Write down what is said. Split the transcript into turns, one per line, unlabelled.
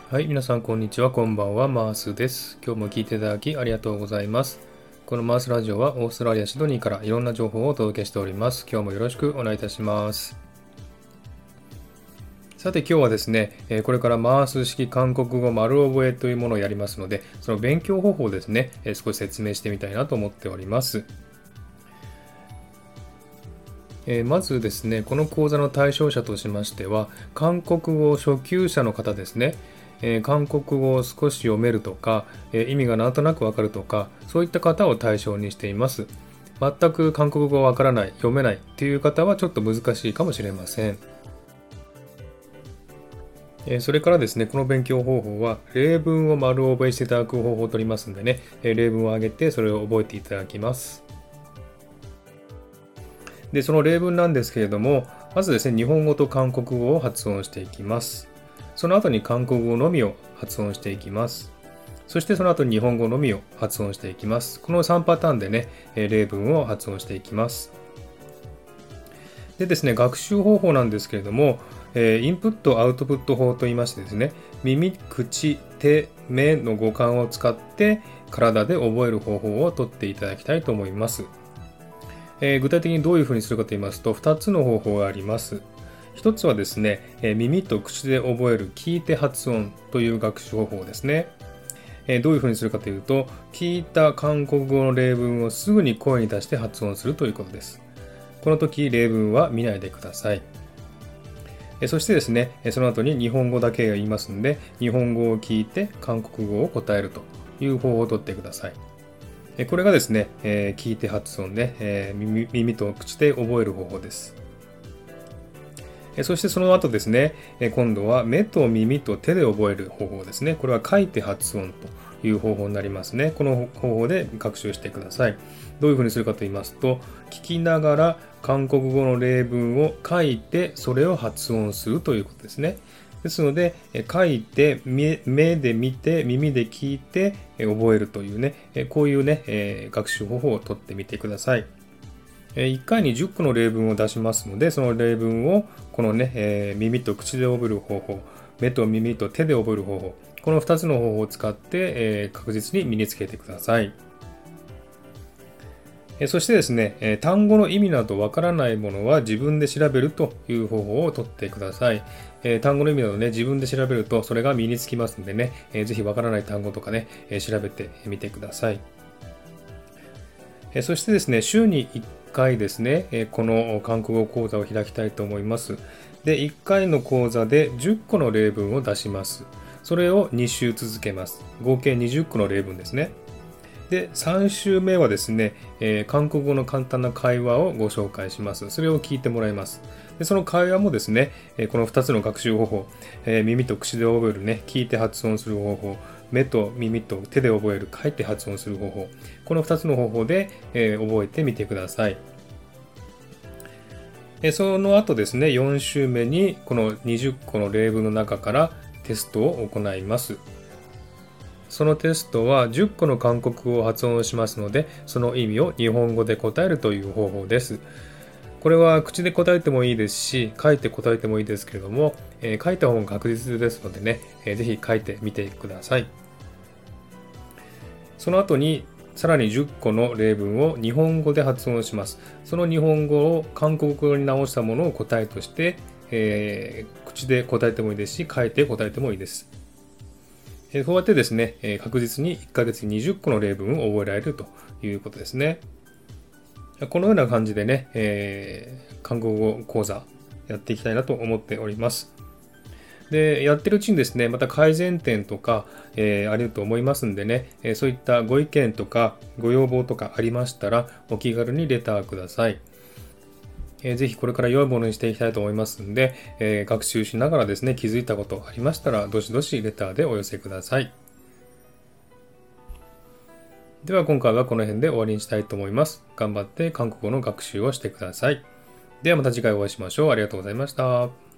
はい、皆さんこんにちは、こんばんは、マースです。今日も聞いていただきありがとうございます。このマースラジオはオーストラリア・シドニーからいろんな情報をお届けしております。今日もよろしくお願いいたします。さて今日はですね、これからマース式韓国語丸覚えというものをやりますので、その勉強方法をですね、少し説明してみたいなと思っております。まずですね、この講座の対象者としましては、韓国語初級者の方ですね。韓国語を少し読めるとか、意味がなんとなくわかるとか、そういった方を対象にしています。全く韓国語わからない、読めないという方はちょっと難しいかもしれません。それからですね、この勉強方法は、例文を丸覚えしていただく方法をとりますんでね、例文を挙げてそれを覚えていただきます。で、その例文なんですけれども、まずですね、日本語と韓国語を発音していきます。その後に韓国語のみを発音していきます。そしてその後に日本語のみを発音していきます。この3パターンでね、例文を発音していきます。でですね、学習方法なんですけれども、インプットアウトプット法といいましてですね、耳、口、手、目の五感を使って体で覚える方法をとっていただきたいと思います。具体的にどういうふうにするかと言いますと、2つの方法があります。1つはですね、耳と口で覚える聞いて発音という学習方法ですね。どういうふうにするかというと、聞いた韓国語の例文をすぐに声に出して発音するということです。この時、例文は見ないでください。そしてですね、その後に日本語だけが言いますので、日本語を聞いて韓国語を答えるという方法をとってください。これがですね、聞いて発音で、耳と口で覚える方法です。そしてその後ですね、今度は目と耳と手で覚える方法ですね。これは書いて発音という方法になりますね。この方法で学習してください。どういうふうにするかと言いますと、聞きながら韓国語の例文を書いて、それを発音するということですね。ですので、書いて、目で見て、耳で聞いて、覚えるというね、こういうね、学習方法をとってみてください。1回に10個の例文を出しますので、その例文をこのね、耳と口で覚える方法、目と耳と手で覚える方法、この2つの方法を使って、確実に身につけてください。そしてですね、単語の意味などわからないものは自分で調べるという方法をとってください。単語の意味などね、自分で調べるとそれが身につきますのでね、ぜひわからない単語とかね、調べてみてください。そしてですね、週に1回ですね、この韓国語講座を開きたいと思います。で、1回の講座で10個の例文を出します。それを2週続けます。合計20個の例文ですね。で、3週目はですね、韓国語の簡単な会話をご紹介します。それを聞いてもらいます。で、その会話もですね、この2つの学習方法、耳と口で覚えるね、聞いて発音する方法、目と耳と手で覚える、書いて発音する方法、この2つの方法で、覚えてみてください。その後ですね、4週目にこの20個の例文の中からテストを行います。そのテストは10個の韓国語を発音しますので、その意味を日本語で答えるという方法です。これは口で答えてもいいですし、書いて答えてもいいですけれども、書いた方が確実ですのでね、ぜひ書いてみてください。その後にさらに10個の例文を日本語で発音します。その日本語を韓国語に直したものを答えとして、口で答えてもいいですし、書いて答えてもいいです。そうやってですね、確実に1ヶ月に20個の例文を覚えられるということですね。このような感じでね、韓国語講座やっていきたいなと思っております。で、やってるうちにですね、また改善点とか、あると思いますんでね、そういったご意見とかご要望とかありましたら、お気軽にレターください。ぜひこれから良いものにしていきたいと思いますので、学習しながらですね、気づいたことありましたら、どしどしレターでお寄せください。では今回はこの辺で終わりにしたいと思います。頑張って韓国語の学習をしてください。ではまた次回お会いしましょう。ありがとうございました。